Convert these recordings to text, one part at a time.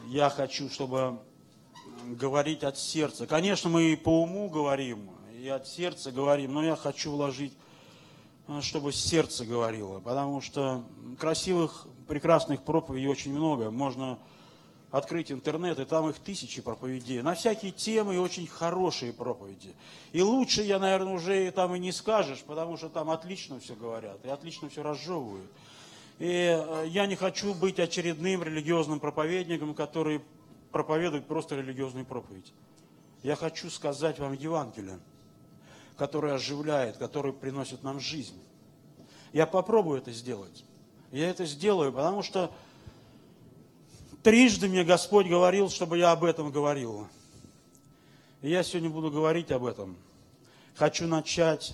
я хочу, чтобы говорить от сердца. Конечно, мы и по уму говорим, и от сердца говорим, но я хочу вложить, чтобы сердце говорило, потому что красивых, прекрасных проповедей очень много. Можно открыть интернет, и там их тысячи проповедей. На всякие темы и очень хорошие проповеди. И лучше, я, наверное, уже там и не скажешь, потому что там отлично все говорят, и отлично все разжевывают. И я не хочу быть очередным религиозным проповедником, который проповедует просто религиозную проповедь. Я хочу сказать вам Евангелие, которое оживляет, которое приносит нам жизнь. Я попробую это сделать. Я это сделаю, потому что трижды мне Господь говорил, чтобы я об этом говорил. И я сегодня буду говорить об этом. Хочу начать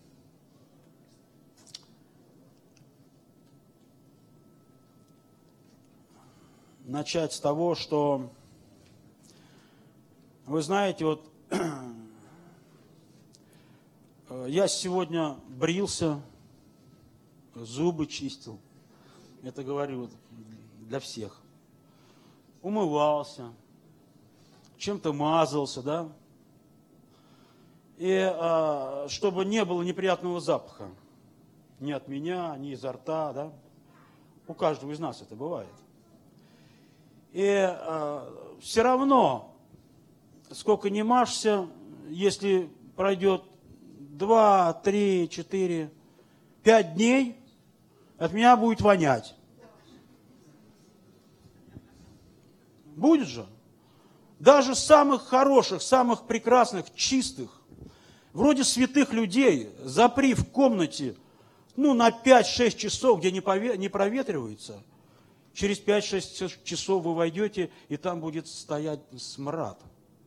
с того, что вы знаете, вот я сегодня брился, зубы чистил. Это говорю вот для всех. Умывался, чем-то мазался, да? И чтобы не было неприятного запаха. Ни от меня, ни изо рта, да? У каждого из нас это бывает. И все равно, сколько ни мажься, если пройдет 2, 3, 4, 5 дней, от меня будет вонять. Будет же. Даже самых хороших, самых прекрасных, чистых, вроде святых людей, запри в комнате, на 5-6 часов, где не проветривается, через 5-6 часов вы войдете, и там будет стоять смрад.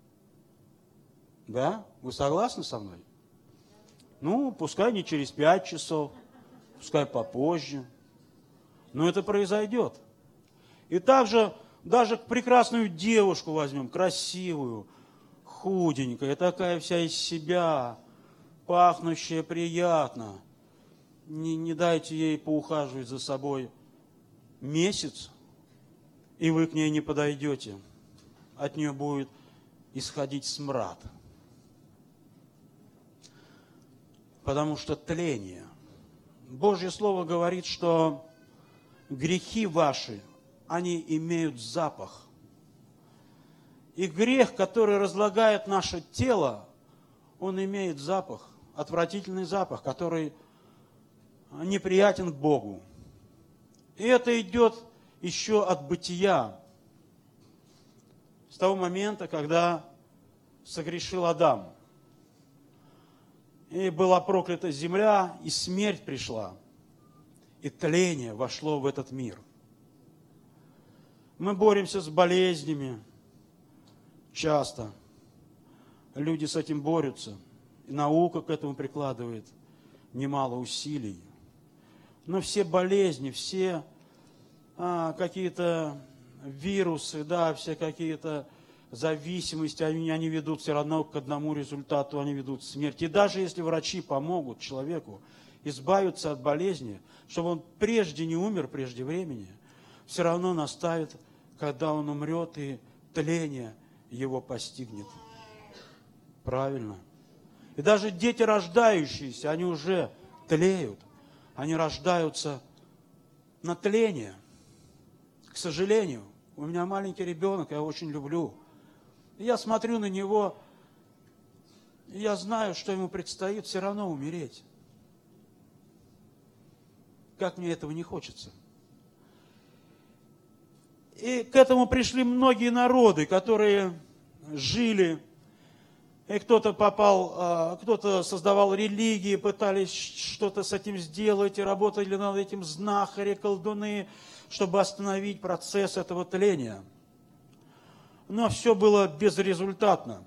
Да? Вы согласны со мной? Пускай не через 5 часов, пускай попозже. Но это произойдет. И также даже прекрасную девушку возьмем, красивую, худенькая, такая вся из себя, пахнущая приятно. Не дайте ей поухаживать за собой месяц, и вы к ней не подойдете. От нее будет исходить смрад. Потому что тление. Божье Слово говорит, что грехи ваши, они имеют запах. И грех, который разлагает наше тело, он имеет запах, отвратительный запах, который неприятен Богу. И это идет еще от бытия, с того момента, когда согрешил Адам. И была проклята земля, и смерть пришла, и тление вошло в этот мир. Мы боремся с болезнями часто. Люди с этим борются. И наука к этому прикладывает немало усилий. Но все болезни, все какие-то вирусы, да, все какие-то зависимости, они ведут все равно к одному результату, они ведут к смерти. И даже если врачи помогут человеку избавиться от болезни, чтобы он прежде не умер прежде времени, все равно наставит, когда он умрет, и тление его постигнет. Правильно. И даже дети, рождающиеся, они уже тлеют. Они рождаются на тление. К сожалению, у меня маленький ребенок, я его очень люблю. И я смотрю на него, и я знаю, что ему предстоит все равно умереть. Как мне этого не хочется. И к этому пришли многие народы, которые жили, и кто-то кто-то создавал религии, пытались что-то с этим сделать, и работали над этим знахари, колдуны, чтобы остановить процесс этого тления. Но все было безрезультатно.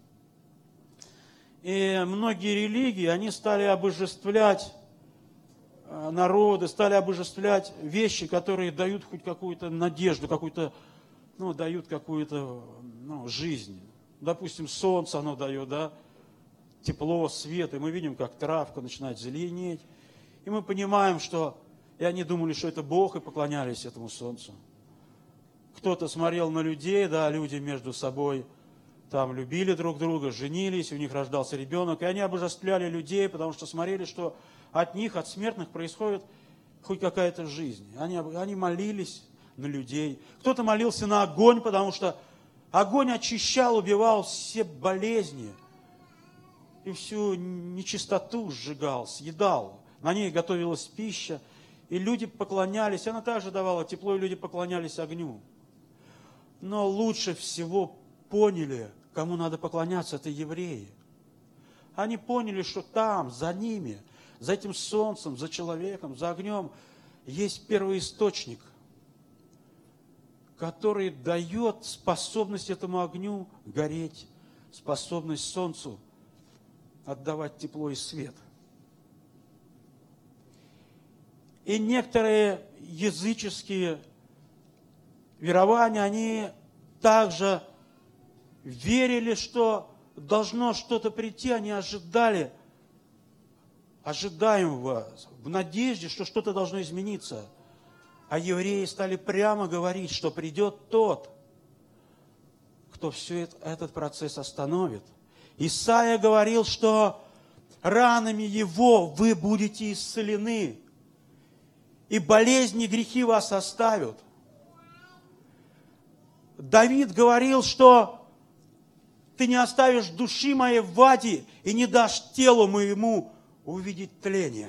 И многие религии, они стали обожествлять народы, стали обожествлять вещи, которые дают хоть какую-то надежду, дают какую-то жизнь. Допустим, солнце оно дает, да, тепло, свет, и мы видим, как травка начинает зеленеть. И мы понимаем, что и они думали, что это Бог, и поклонялись этому солнцу. кто-то смотрел на людей, да, люди между собой там любили друг друга, женились, у них рождался ребенок, и они обожествляли людей, потому что смотрели, что от них, от смертных происходит хоть какая-то жизнь. Они молились на людей. Кто-то молился на огонь, потому что огонь очищал, убивал все болезни и всю нечистоту сжигал, съедал. На ней готовилась пища, и люди поклонялись. Она также давала тепло, и люди поклонялись огню. Но лучше всего поняли, кому надо поклоняться, это евреи. Они поняли, что там, за ними, за этим солнцем, за человеком, за огнем есть первоисточник, который дает способность этому огню гореть, способность солнцу отдавать тепло и свет. И некоторые языческие верования, они также верили, что должно что-то прийти, они ожидали ожидаемого, в надежде, что что-то должно измениться. А евреи стали прямо говорить, что придет тот, кто все этот процесс остановит. Исаия говорил, что ранами его вы будете исцелены, и болезни, грехи вас оставят. Давид говорил, что ты не оставишь души моей в аде и не дашь телу моему увидеть тление.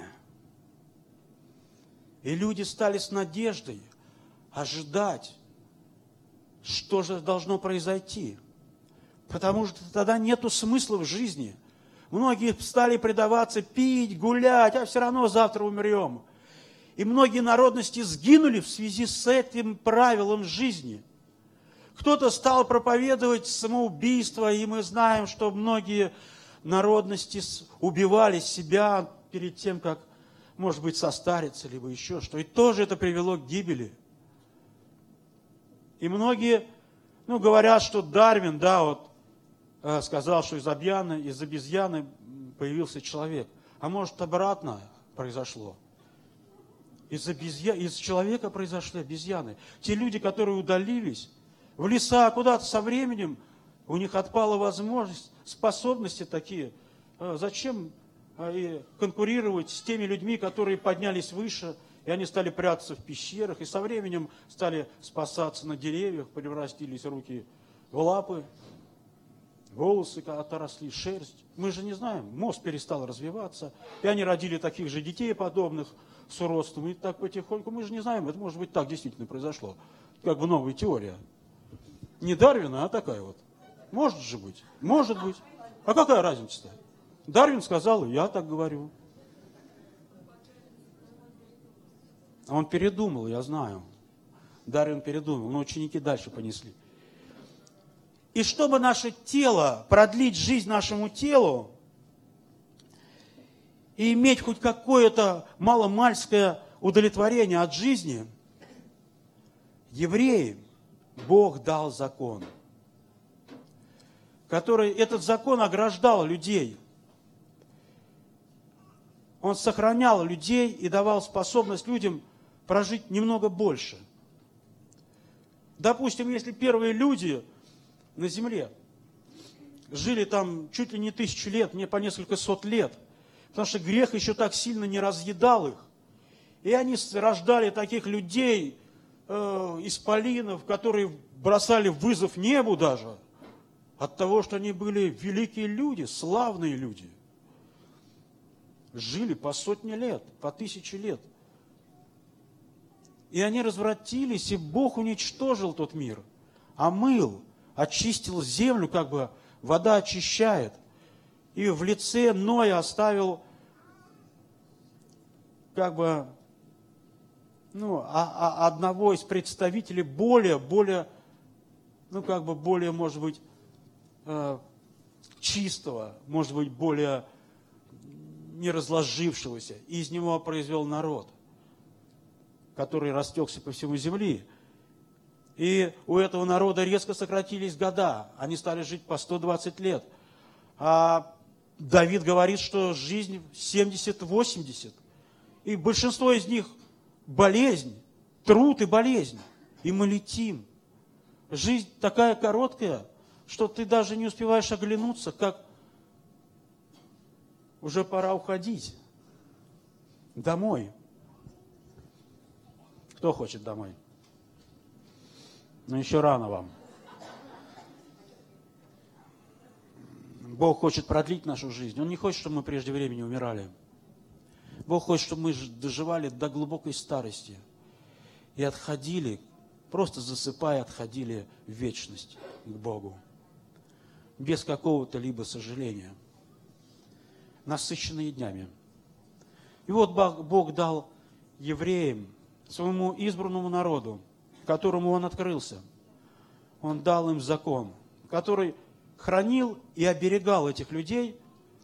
И люди стали с надеждой ожидать, что же должно произойти. Потому что тогда нету смысла в жизни. Многие стали предаваться пить, гулять, а все равно завтра умрем. И многие народности сгинули в связи с этим правилом жизни. Кто-то стал проповедовать самоубийство, и мы знаем, что многие народности убивали себя перед тем, как, может быть, состариться, либо еще что. И тоже это привело к гибели. И многие, говорят, что Дарвин, сказал, что из обезьяны появился человек. А может, обратно произошло. Из человека произошли обезьяны. Те люди, которые удалились в леса куда-то со временем, у них отпала возможность, способности такие. Зачем конкурировать с теми людьми, которые поднялись выше, и они стали прятаться в пещерах, и со временем стали спасаться на деревьях, превратились руки в лапы, волосы отросли, шерсть. Мы же не знаем, мозг перестал развиваться, и они родили таких же детей, подобных с уродством, и так потихоньку, мы же не знаем, это может быть так действительно произошло, как бы новая теория. Не Дарвина, а такая вот. Может же быть, может быть. А какая разница-то? Дарвин сказал, и я так говорю. А он передумал, я знаю. Дарвин передумал, но ученики дальше понесли. И чтобы наше тело, продлить жизнь нашему телу, и иметь хоть какое-то маломальское удовлетворение от жизни, евреям Бог дал закон, этот закон ограждал людей. Он сохранял людей и давал способность людям прожить немного больше. Допустим, если первые люди на земле жили там чуть ли не 1000 лет, не по несколько сот лет, потому что грех еще так сильно не разъедал их. И они рождали таких людей, исполинов, которые бросали вызов небу даже, от того, что они были великие люди, славные люди. Жили по сотни лет, по 1000 лет. И они развратились, и Бог уничтожил тот мир, омыл, очистил землю, как бы вода очищает. И в лице Ноя оставил одного из представителей более, может быть, чистого, может быть, более не разложившегося. И из него произвел народ, который растекся по всему земли. И у этого народа резко сократились года. Они стали жить по 120 лет. А Давид говорит, что жизнь 70-80. И большинство из них болезнь, труд и болезнь. И мы летим. жизнь такая короткая, что ты даже не успеваешь оглянуться, как уже пора уходить домой. Кто хочет домой? Но еще рано вам. Бог хочет продлить нашу жизнь. Он не хочет, чтобы мы прежде времени умирали. Бог хочет, чтобы мы доживали до глубокой старости и отходили, просто засыпая, отходили в вечность к Богу. Без какого-то либо сожаления. Насыщенные днями. И вот Бог дал евреям, своему избранному народу, которому Он открылся. Он дал им закон, который хранил и оберегал этих людей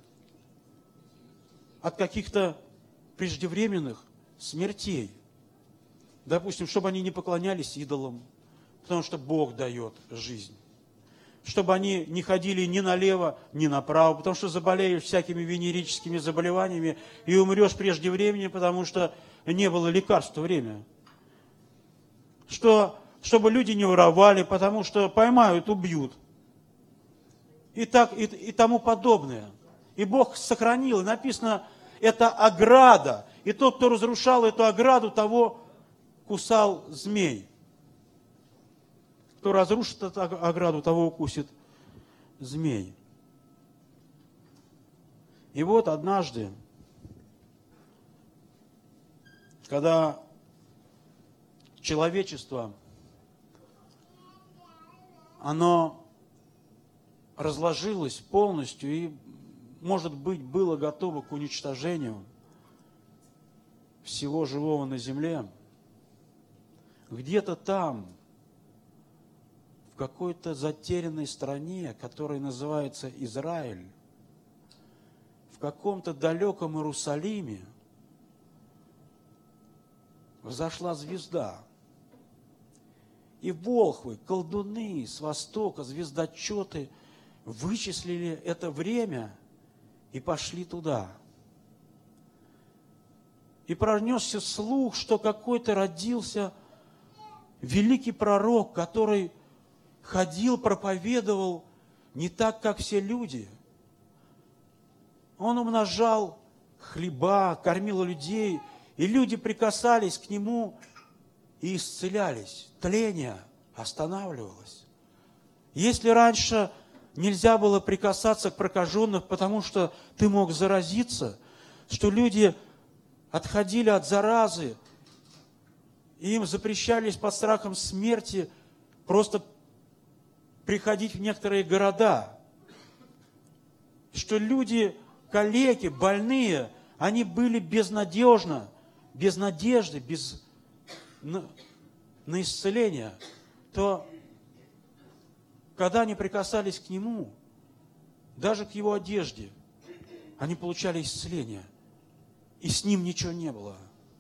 от каких-то преждевременных смертей. Допустим, чтобы они не поклонялись идолам, потому что Бог дает жизнь. Чтобы они не ходили ни налево, ни направо, потому что заболеешь всякими венерическими заболеваниями и умрешь прежде времени, потому что не было лекарств в то время. Чтобы люди не воровали, потому что поймают, убьют. И тому подобное. И Бог сохранил, и написано, это ограда. И тот, кто разрушал эту ограду, того кусал змей. Кто разрушит эту ограду, того укусит змей. И вот однажды, когда человечество, оно разложилось полностью и, может быть, было готово к уничтожению всего живого на земле, где-то там, в какой-то затерянной стране, которая называется Израиль, в каком-то далеком Иерусалиме, взошла звезда. И волхвы, колдуны с востока, звездочеты вычислили это время и пошли туда. И пронесся слух, что какой-то родился великий пророк, который ходил, проповедовал не так, как все люди. Он умножал хлеба, кормил людей, и люди прикасались к нему и исцелялись. Тление останавливалось. Если раньше нельзя было прикасаться к прокаженным, потому что ты мог заразиться, что люди отходили от заразы, и им запрещались под страхом смерти просто приходить в некоторые города, что люди, калеки, больные, они были безнадежны, без надежды, на исцеление, то когда они прикасались к Нему, даже к Его одежде, они получали исцеление, и с Ним ничего не было.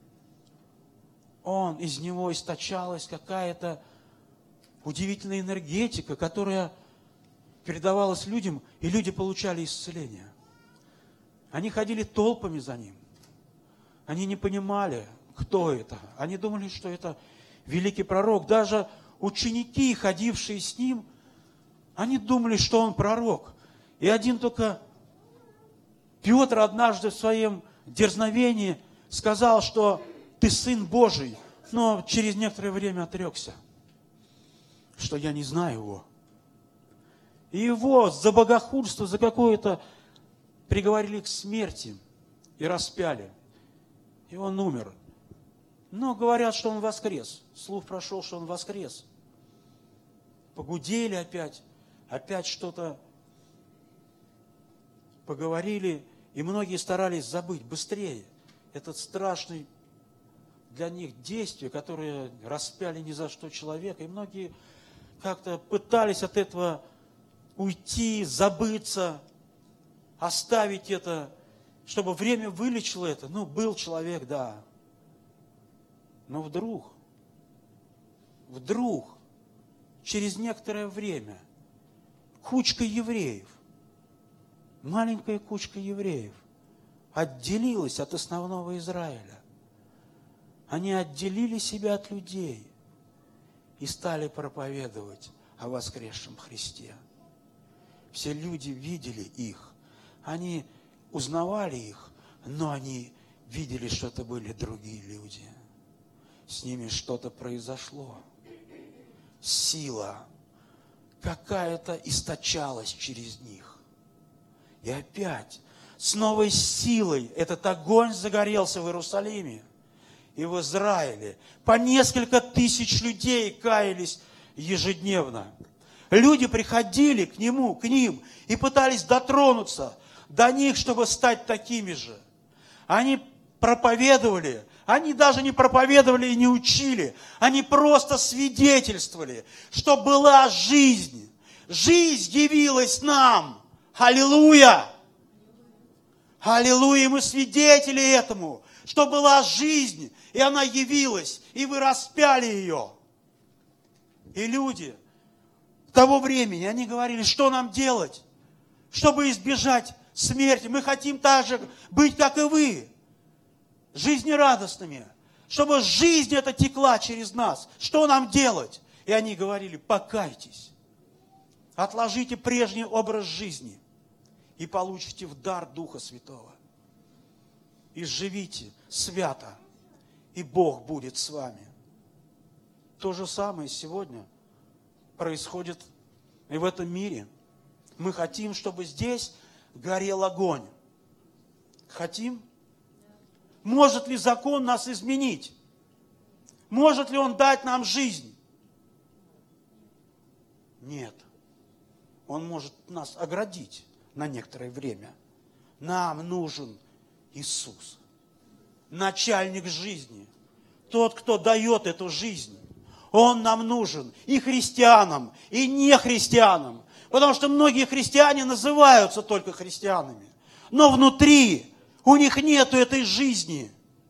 Из Него источалась какая-то удивительная энергетика, которая передавалась людям, и люди получали исцеление. Они ходили толпами за Ним. Они не понимали, кто это. Они думали, что это великий пророк. Даже ученики, ходившие с Ним, они думали, что Он пророк. И один только Петр однажды в своем дерзновении сказал, что ты Сын Божий, но через некоторое время отрекся, что я не знаю Его. И Его за богохульство, за какое-то приговорили к смерти и распяли. И Он умер. Но говорят, что Он воскрес. Слух прошел, что Он воскрес. Погудели опять что-то поговорили, и многие старались забыть быстрее этот страшный для них действие, которое распяли ни за что человека. И многие как-то пытались от этого уйти, забыться, оставить это, чтобы время вылечило это. Был человек, да. Но вдруг, через некоторое время, кучка евреев, маленькая кучка евреев, отделилась от основного Израиля. Они отделили себя от людей и стали проповедовать о воскресшем Христе. Все люди видели их, они узнавали их, но они видели, что это были другие люди. С ними что-то произошло. Сила какая-то источалась через них. И опять с новой силой этот огонь загорелся в Иерусалиме и в Израиле. По несколько тысяч людей каялись ежедневно. Люди приходили к ним и пытались дотронуться до них, чтобы стать такими же. Они проповедовали, они даже не проповедовали и не учили, они просто свидетельствовали, что была жизнь. Жизнь явилась нам. Аллилуйя! Аллилуйя! Мы свидетели этому, что была жизнь, и она явилась, и вы распяли ее. И люди того времени, они говорили, что нам делать, чтобы избежать смерти. Мы хотим так же быть, как и вы, жизнерадостными, чтобы жизнь эта текла через нас. Что нам делать? И они говорили, покайтесь, отложите прежний образ жизни и получите в дар Духа Святого. И живите свято, и Бог будет с вами. То же самое сегодня происходит и в этом мире. Мы хотим, чтобы здесь горел огонь. Хотим? Может ли закон нас изменить? Может ли он дать нам жизнь? Нет. Он может нас оградить на некоторое время. Нам нужен Иисус, начальник жизни, тот, кто дает эту жизнь. Он нам нужен и христианам, и нехристианам. Потому что многие христиане называются только христианами. Но внутри у них нету этой жизни.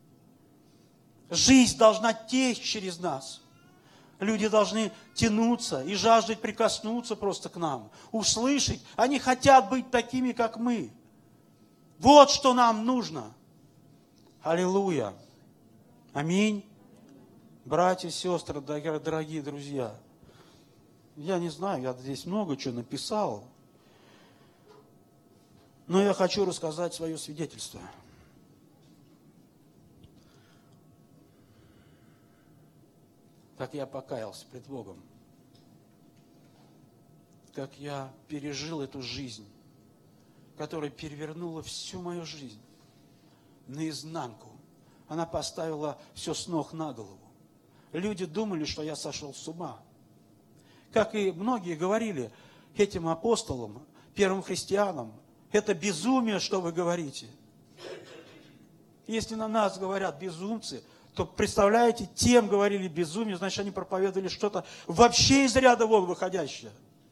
Жизнь должна течь через нас. Люди должны тянуться и жаждать прикоснуться просто к нам, услышать. Они хотят быть такими, как мы. Вот что нам нужно. Аллилуйя. Аминь. Братья и сестры, дорогие друзья, я не знаю, я здесь много чего написал, но я хочу рассказать свое свидетельство. Как я покаялся пред Богом, как я пережил эту жизнь, которая перевернула всю мою жизнь наизнанку. Она поставила все с ног на голову. Люди думали, что я сошел с ума. Как и многие говорили этим апостолам, первым христианам, это безумие, что вы говорите. Если на нас говорят безумцы, то, представляете, тем говорили безумие, значит, они проповедовали что-то вообще из ряда вон выходящее.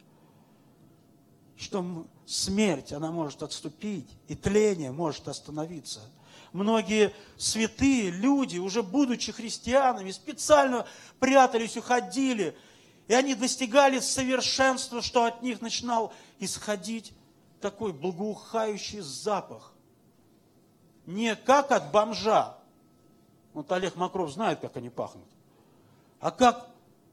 Что смерть, она может отступить, и тление может остановиться. Многие святые люди, уже будучи христианами, специально прятались, уходили, и они достигали совершенства, что от них начинал исходить такой благоухающий запах. Не как от бомжа, вот Олег Мокров знает, как они пахнут, а как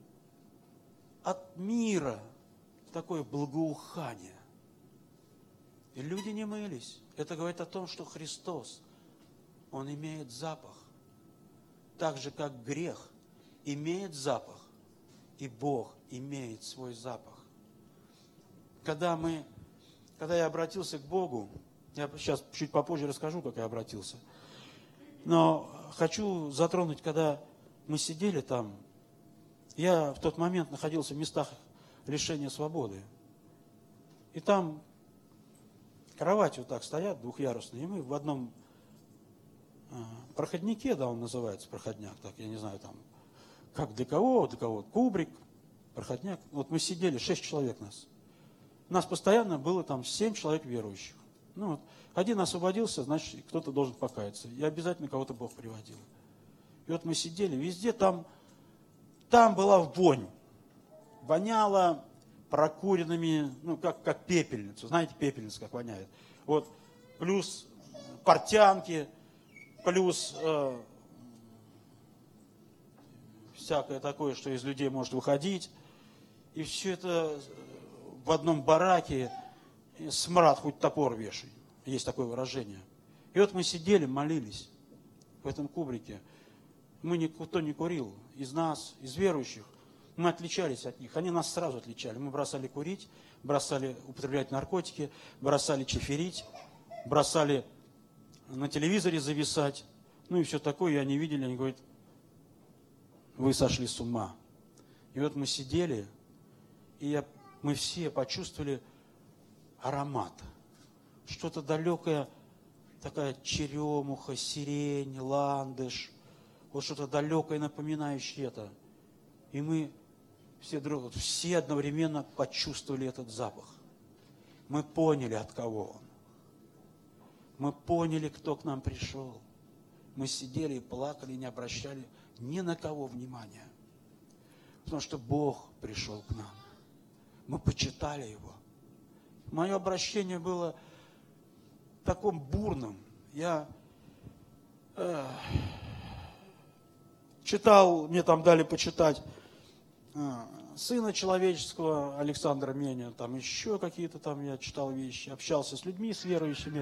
от мира такое благоухание. И люди не мылись. Это говорит о том, что Христос, Он имеет запах. Так же, как грех имеет запах, и Бог имеет свой запах. Когда я обратился к Богу, я сейчас чуть попозже расскажу, как я обратился, но хочу затронуть, когда мы сидели там, я в тот момент находился в местах лишения свободы. И там кровати вот так стоят, двухъярусные, и мы в одном проходнике, да, он называется, проходняк, так, я не знаю, там, как для кого, кубрик, проходняк. Вот мы сидели, 6 человек нас. Нас постоянно было там 7 человек верующих. Ну вот, один освободился, значит, кто-то должен покаяться. И обязательно кого-то Бог приводил. И вот мы сидели, везде там была вонь. Воняло прокуренными, ну, как пепельницу. Знаете, пепельница как воняет. Вот, плюс портянки, плюс всякое такое, что из людей может выходить. И все это в одном бараке, смрад хоть топор вешай. Есть такое выражение. И вот мы сидели, молились в этом кубрике. Никто не курил из нас, из верующих. Мы отличались от них. Они нас сразу отличали. Мы бросали курить, бросали употреблять наркотики, бросали чеферить, бросали на телевизоре зависать. Ну и все такое. И они видели, они говорят, вы сошли с ума. И вот мы сидели, и мы все почувствовали аромат. Что-то далекое, такая черемуха, сирень, ландыш. Вот что-то далекое, напоминающее это. И мы все одновременно почувствовали этот запах. Мы поняли, от кого он. Мы поняли, кто к нам пришел. Мы сидели и плакали, не обращали ни на кого внимания. Потому что Бог пришел к нам. Мы почитали Его. Мое обращение было таким бурным. Я читал, мне там дали почитать Сына Человеческого Александра Меня, там еще какие-то там я читал вещи, общался с людьми, с верующими.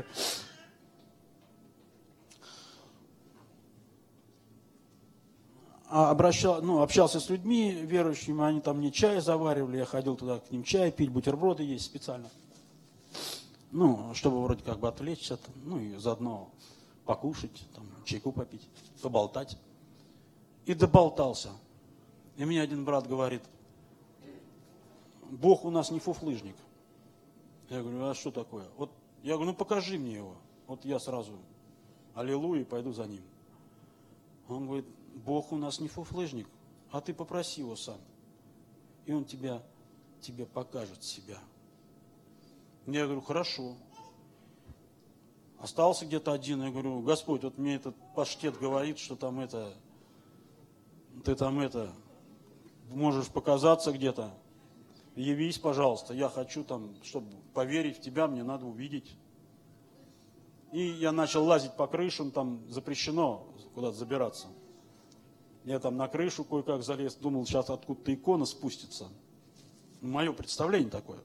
Общался с людьми верующими, они там мне чай заваривали, я ходил туда к ним чай пить, бутерброды есть специально. Чтобы вроде как бы отвлечься, и заодно покушать, там, чайку попить, поболтать. И доболтался. И мне один брат говорит, Бог у нас не фуфлыжник. Я говорю, а что такое? Я говорю, покажи мне его. Я сразу, аллилуйя, пойду за ним. Он говорит, Бог у нас не фуфлыжник, а ты попроси его сам. И он тебе покажет себя. Я говорю, хорошо. Остался где-то один, я говорю, Господь, мне этот паштет говорит, что ты можешь показаться где-то. Явись, пожалуйста, я хочу чтобы поверить в тебя, мне надо увидеть. И я начал лазить по крышам, там запрещено куда-то забираться. Я там на крышу кое-как залез, думал, сейчас откуда-то икона спустится. Мое представление такое.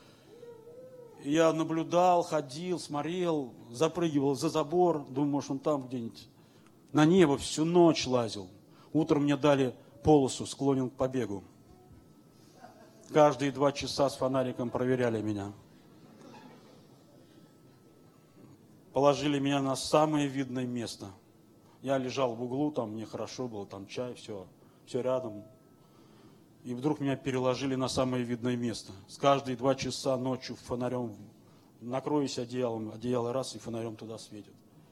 Я наблюдал, ходил, смотрел, запрыгивал за забор, думаю, может, он там где-нибудь. На небо всю ночь лазил. Утром мне дали полосу, склонен к побегу. Каждые 2 часа с фонариком проверяли меня. Положили меня на самое видное место. Я лежал в углу, там мне хорошо было, там чай, все рядом. И вдруг меня переложили на самое видное место. С каждые 2 часа ночью фонарем накроюсь одеялом, одеяло раз и фонарем туда светит.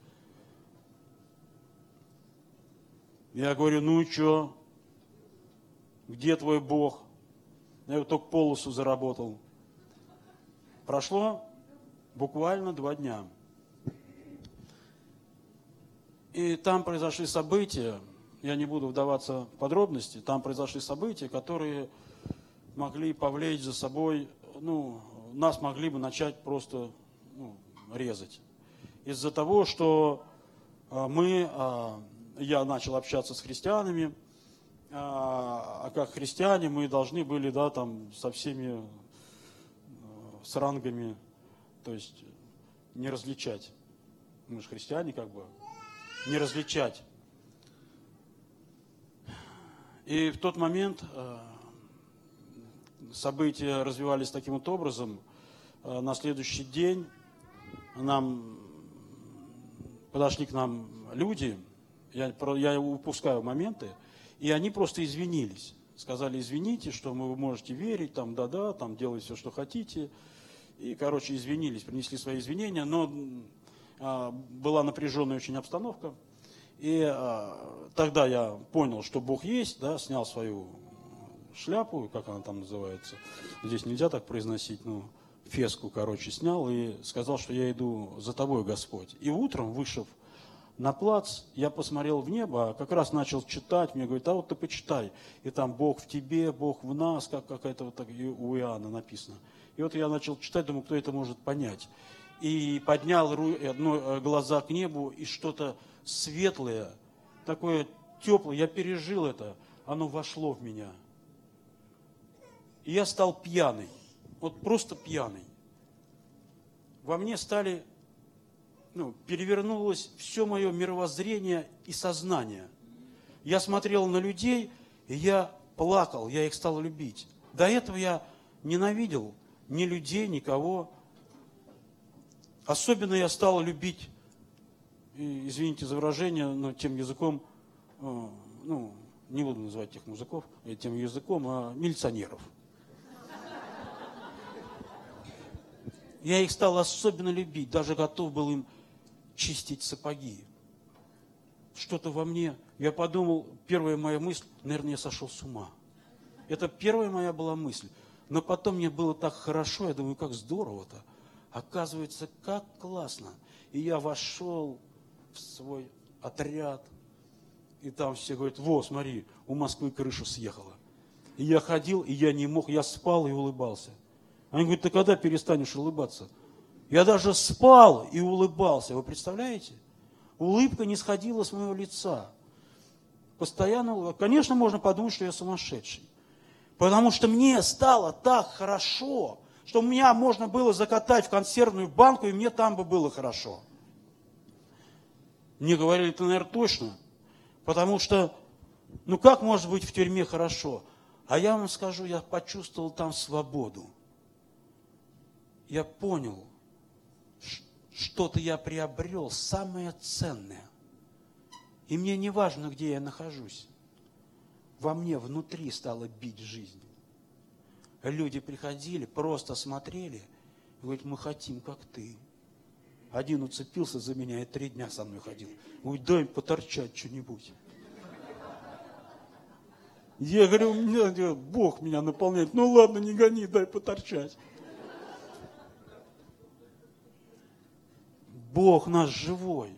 Я говорю, ну и что? Где твой Бог? Я только полосу заработал. Прошло буквально 2 дня. И там произошли события, я не буду вдаваться в подробности, там произошли события, которые могли повлечь за собой, нас могли бы начать просто резать. Из-за того, что я начал общаться с христианами, а как христиане мы должны были, со всеми с рангами, то есть не различать. Мы же христиане не различать. И в тот момент события развивались таким вот образом. На следующий день подошли к нам люди, я упускаю моменты, и они просто извинились. Сказали, извините, что вы можете верить, делать все, что хотите. И, извинились, принесли свои извинения, но была напряженная очень обстановка. И тогда я понял, что Бог есть, снял свою шляпу, как она там называется, здесь нельзя так произносить, феску, снял и сказал, что я иду за тобой, Господь. И утром, вышел на плац, я посмотрел в небо, как раз начал читать, мне говорят, ты почитай. И там Бог в тебе, Бог в нас, как какая-то так у Иоанна написано. И я начал читать, думаю, кто это может понять. И поднял глаза к небу, и что-то светлое, такое теплое, я пережил это. оно вошло в меня. И я стал пьяный, вот просто пьяный. Во мне перевернулось все мое мировоззрение и сознание. Я смотрел на людей, и я плакал, я их стал любить. До этого я ненавидел ни людей, никого. Особенно я стал любить, извините за выражение, но тем языком, не буду называть тех мужиков, тем языком, милиционеров. Я их стал особенно любить, даже готов был им чистить сапоги. Что-то во мне, я подумал, первая моя мысль, наверное, я сошел с ума. Это первая моя была мысль. Но потом мне было так хорошо, я думаю, как здорово-то. Оказывается, как классно. И я вошел в свой отряд, и там все говорят, смотри, у Москвы крыша съехала. И я ходил, и я не мог, я спал и улыбался. Они говорят, ты когда перестанешь улыбаться? Я даже спал и улыбался, вы представляете? Улыбка не сходила с моего лица. Постоянно, конечно, можно подумать, что я сумасшедший. Потому что мне стало так хорошо, что меня можно было закатать в консервную банку, и мне там бы было хорошо. Мне говорили, ты, наверное, точно. Потому что, как может быть в тюрьме хорошо? А я вам скажу, я почувствовал там свободу. Я понял, что-то я приобрел, самое ценное. И мне не важно, где я нахожусь. Во мне внутри стала бить жизнь. Люди приходили, просто смотрели, и говорят, мы хотим, как ты. Один уцепился за меня и 3 дня со мной ходил. Говорит, дай поторчать что-нибудь. Я говорю, Бог меня наполняет. Ну ладно, не гони, дай поторчать. Бог наш живой.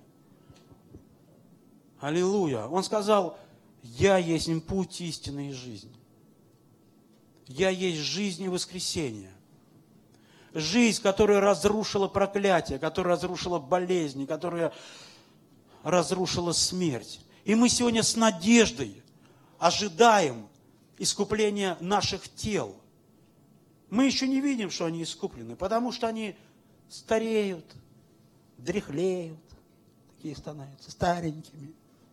Аллилуйя. Он сказал, я есть путь, истина и жизнь. Я есть жизнь и воскресение. Жизнь, которая разрушила проклятие, которая разрушила болезни, которая разрушила смерть. И мы сегодня с надеждой ожидаем искупления наших тел. Мы еще не видим, что они искуплены, потому что они стареют, дряхлеют, такие становятся старенькими.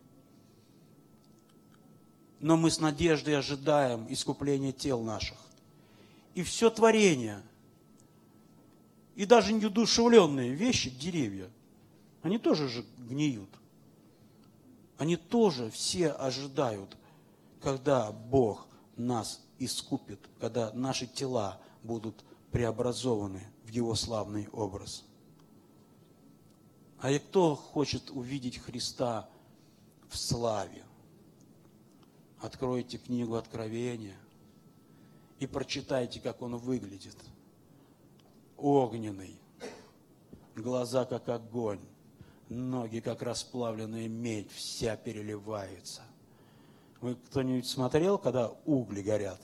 Но мы с надеждой ожидаем искупления тел наших. И все творение, и даже неудушевленные вещи, деревья, они тоже же гниют. Они тоже все ожидают, когда Бог нас искупит, когда наши тела будут преобразованы в Его славный образ. А и кто хочет увидеть Христа в славе? Откройте книгу Откровения и прочитайте, как Он выглядит. Огненный, глаза как огонь, ноги как расплавленная медь, вся переливается. Вы кто-нибудь смотрел, когда угли горят?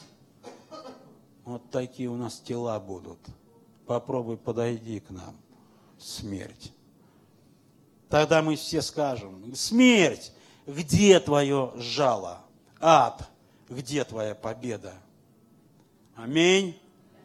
Вот такие у нас тела будут. Попробуй подойди к нам, смерть. Тогда мы все скажем, смерть, где твое жало? Ад, где твоя победа? Аминь.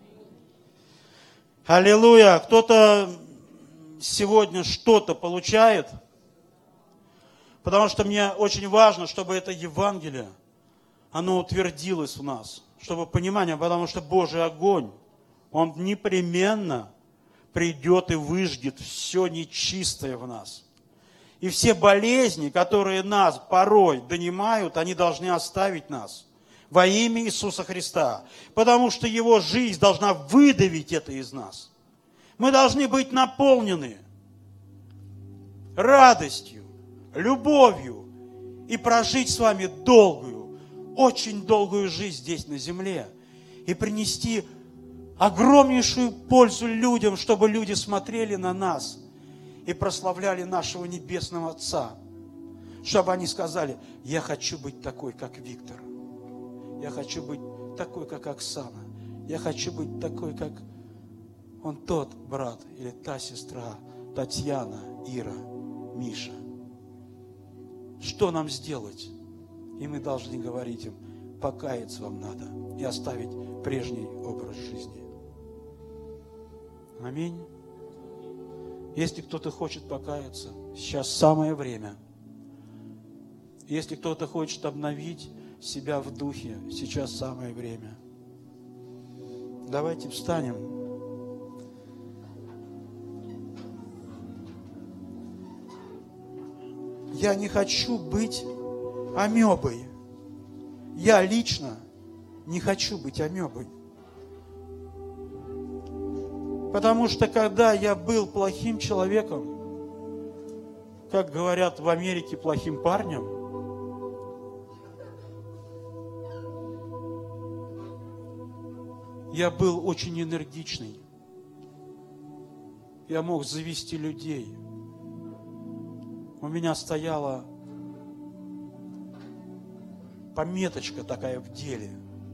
Аллилуйя. Кто-то сегодня что-то получает? Потому что мне очень важно, чтобы это Евангелие, оно утвердилось в нас. Чтобы понимание, потому что Божий огонь, Он непременно придет и выжгет все нечистое в нас. И все болезни, которые нас порой донимают, они должны оставить нас во имя Иисуса Христа. Потому что Его жизнь должна выдавить это из нас. Мы должны быть наполнены радостью, любовью и прожить с вами долгую, очень долгую жизнь здесь на земле. И принести огромнейшую пользу людям, чтобы люди смотрели на нас и прославляли нашего Небесного Отца. Чтобы они сказали, я хочу быть такой, как Виктор. Я хочу быть такой, как Оксана. Я хочу быть такой, как он тот брат или та сестра, Татьяна, Ира, Миша. Что нам сделать? И мы должны говорить им: покаяться вам надо и оставить прежний образ жизни. Аминь. Если кто-то хочет покаяться, сейчас самое время. Если кто-то хочет обновить себя в духе, сейчас самое время. Давайте встанем. Я не хочу быть амебой. Я лично не хочу быть амебой. Потому что когда я был плохим человеком, как говорят в Америке, плохим парнем, я был очень энергичный. Я мог завести людей. У меня стояла пометочка такая в деле.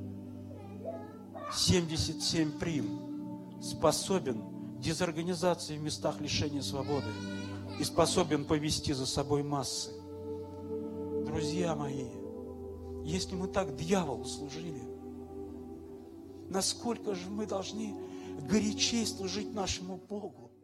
77 прим. Способен к дезорганизации в местах лишения свободы и способен повести за собой массы. Друзья мои, если мы так дьяволу служили, насколько же мы должны горячей служить нашему Богу?